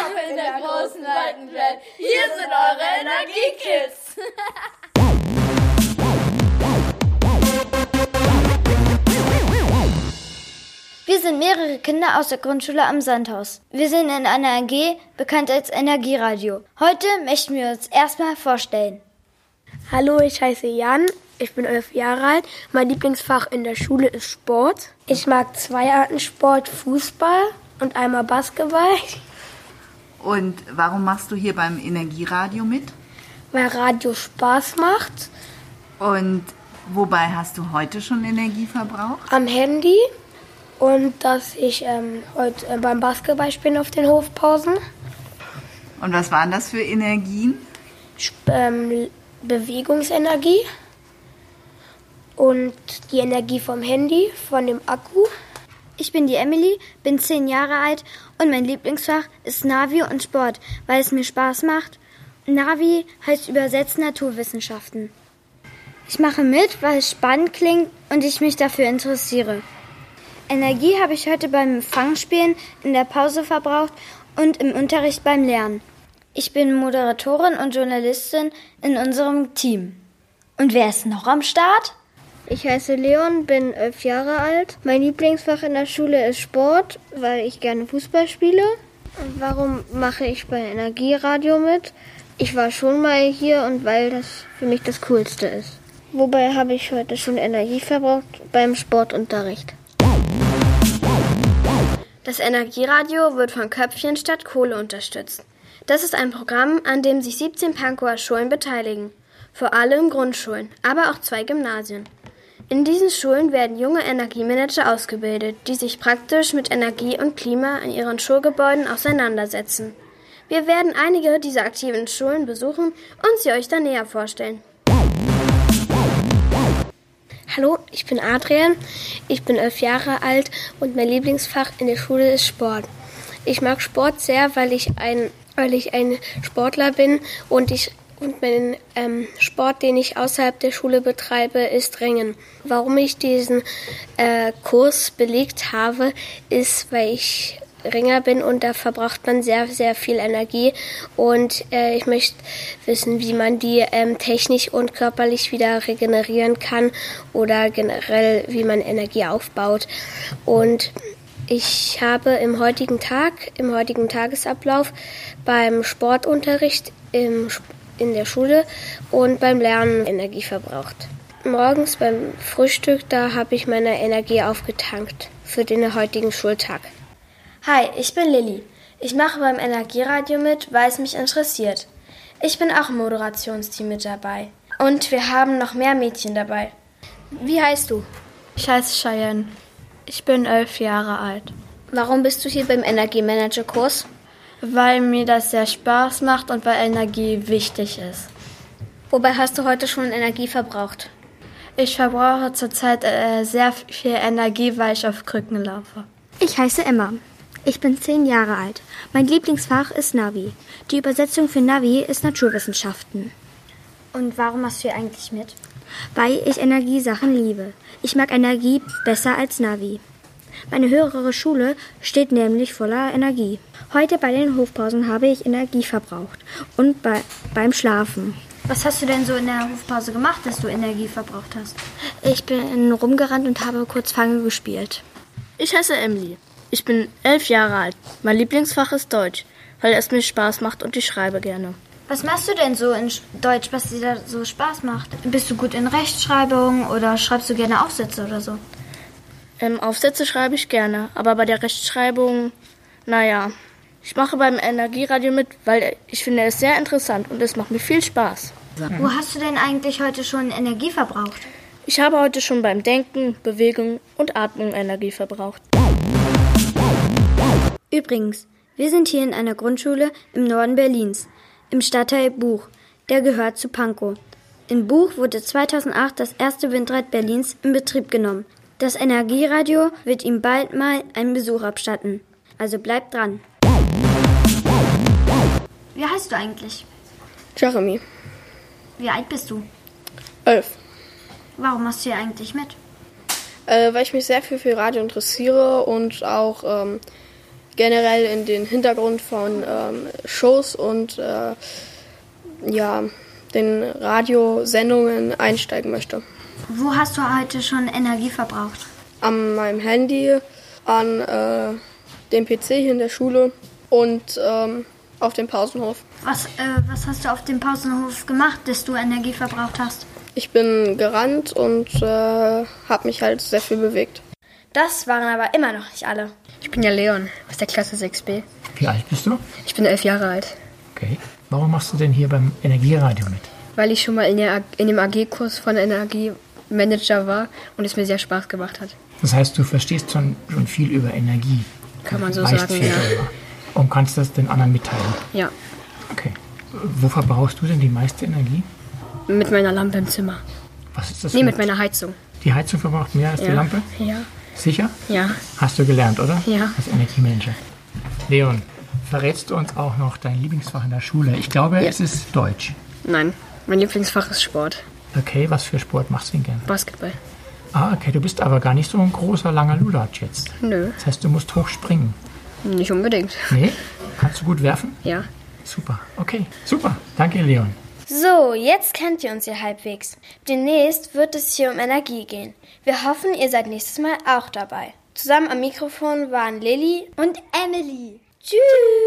in der großen, weiten Welt. Hier sind eure Energiekids. Wir sind mehrere Kinder aus der Grundschule am Sandhaus. Wir sind in einer AG, bekannt als Energieradio. Heute möchten wir uns erstmal vorstellen. Hallo, ich heiße Jan, ich bin 11 Jahre alt. Mein Lieblingsfach in der Schule ist Sport. Ich mag 2 Arten Sport, Fußball und einmal Basketball. Und warum machst du hier beim Energieradio mit? Weil Radio Spaß macht. Und wobei hast du heute schon Energie verbraucht? Am Handy. Und dass ich heute beim Basketball spiele auf den Hofpausen. Und was waren das für Energien? Bewegungsenergie und die Energie vom Handy, von dem Akku. Ich bin die Emily, bin 10 Jahre alt und mein Lieblingsfach ist Navi und Sport, weil es mir Spaß macht. Navi heißt übersetzt Naturwissenschaften. Ich mache mit, weil es spannend klingt und ich mich dafür interessiere. Energie habe ich heute beim Fangspielen, in der Pause verbraucht und im Unterricht beim Lernen. Ich bin Moderatorin und Journalistin in unserem Team. Und wer ist noch am Start? Ich heiße Leon, bin 11 Jahre alt. Mein Lieblingsfach in der Schule ist Sport, weil ich gerne Fußball spiele. Und warum mache ich bei Energieradio mit? Ich war schon mal hier und weil das für mich das Coolste ist. Wobei habe ich heute schon Energie verbraucht beim Sportunterricht. Das Energieradio wird von Köpfchen statt Kohle unterstützt. Das ist ein Programm, an dem sich 17 Pankower Schulen beteiligen. Vor allem Grundschulen, aber auch 2 Gymnasien. In diesen Schulen werden junge Energiemanager ausgebildet, die sich praktisch mit Energie und Klima in ihren Schulgebäuden auseinandersetzen. Wir werden einige dieser aktiven Schulen besuchen und sie euch dann näher vorstellen. Hallo, ich bin Adrian, ich bin 11 Jahre alt und mein Lieblingsfach in der Schule ist Sport. Ich mag Sport sehr, weil ich ein Sportler bin und mein Sport, den ich außerhalb der Schule betreibe, ist Ringen. Warum ich diesen Kurs belegt habe, ist, weil ich Ringer bin und da verbraucht man sehr, sehr viel Energie und ich möchte wissen, wie man die technisch und körperlich wieder regenerieren kann oder generell, wie man Energie aufbaut. Und ich habe im heutigen Tagesablauf beim Sportunterricht in der Schule und beim Lernen Energie verbraucht. Morgens beim Frühstück, da habe ich meine Energie aufgetankt für den heutigen Schultag. Hi, ich bin Lilly. Ich mache beim Energieradio mit, weil es mich interessiert. Ich bin auch im Moderationsteam mit dabei. Und wir haben noch mehr Mädchen dabei. Wie heißt du? Ich heiße Cheyenne. Ich bin 11 Jahre alt. Warum bist du hier beim Energiemanager-Kurs? Weil mir das sehr Spaß macht und weil Energie wichtig ist. Wobei hast du heute schon Energie verbraucht? Ich verbrauche zurzeit sehr viel Energie, weil ich auf Krücken laufe. Ich heiße Emma. Ich bin 10 Jahre alt. Mein Lieblingsfach ist Navi. Die Übersetzung für Navi ist Naturwissenschaften. Und warum machst du hier eigentlich mit? Weil ich Energiesachen liebe. Ich mag Energie besser als Navi. Meine höhere Schule steht nämlich voller Energie. Heute bei den Hofpausen habe ich Energie verbraucht und beim Schlafen. Was hast du denn so in der Hofpause gemacht, dass du Energie verbraucht hast? Ich bin rumgerannt und habe kurz Fange gespielt. Ich heiße Emily. Ich bin 11 Jahre alt. Mein Lieblingsfach ist Deutsch, weil es mir Spaß macht und ich schreibe gerne. Was machst du denn so in Deutsch, was dir da so Spaß macht? Bist du gut in Rechtschreibung oder schreibst du gerne Aufsätze oder so? Aufsätze schreibe ich gerne, aber bei der Rechtschreibung, naja. Ich mache beim Energieradio mit, weil ich finde es sehr interessant und es macht mir viel Spaß. Wo hast du denn eigentlich heute schon Energie verbraucht? Ich habe heute schon beim Denken, Bewegung und Atmung Energie verbraucht. Übrigens, wir sind hier in einer Grundschule im Norden Berlins, im Stadtteil Buch. Der gehört zu Pankow. In Buch wurde 2008 das erste Windrad Berlins in Betrieb genommen. Das Energieradio wird ihm bald mal einen Besuch abstatten. Also bleibt dran. Wie heißt du eigentlich? Jeremy. Wie alt bist du? 11. Warum machst du hier eigentlich mit? Weil ich mich sehr viel für Radio interessiere und auch generell in den Hintergrund von Shows und den Radiosendungen einsteigen möchte. Wo hast du heute schon Energie verbraucht? An meinem Handy, an dem PC hier in der Schule und auf dem Pausenhof. Was hast du auf dem Pausenhof gemacht, dass du Energie verbraucht hast? Ich bin gerannt und habe mich halt sehr viel bewegt. Das waren aber immer noch nicht alle. Ich bin ja Leon aus der Klasse 6b. Wie alt bist du? Ich bin 11 Jahre alt. Okay. Warum machst du denn hier beim Energieradio mit? Weil ich schon mal in dem AG-Kurs von Energiemanager war und es mir sehr Spaß gemacht hat. Das heißt, du verstehst schon viel über Energie. Kann man so weißt sagen, viel ja. darüber. Und kannst das den anderen mitteilen? Ja. Okay. Wo verbrauchst du denn die meiste Energie? Mit meiner Lampe im Zimmer. Was ist das? Nee, mit meiner Heizung. Die Heizung verbraucht mehr als die Lampe? Ja. Sicher? Ja. Hast du gelernt, oder? Ja. Als Energiemanager. Leon, verrätst du uns auch noch dein Lieblingsfach in der Schule? Ich glaube, es ist Deutsch. Nein, mein Lieblingsfach ist Sport. Okay, was für Sport machst du denn gern? Basketball. Ah, okay, du bist aber gar nicht so ein großer, langer Lulatsch jetzt. Nö. Das heißt, du musst hoch springen. Nicht unbedingt. Nee? Kannst du gut werfen? Ja. Super, okay, super. Danke, Leon. So, jetzt kennt ihr uns hier halbwegs. Demnächst wird es hier um Energie gehen. Wir hoffen, ihr seid nächstes Mal auch dabei. Zusammen am Mikrofon waren Lilly und Emily. Tschüss!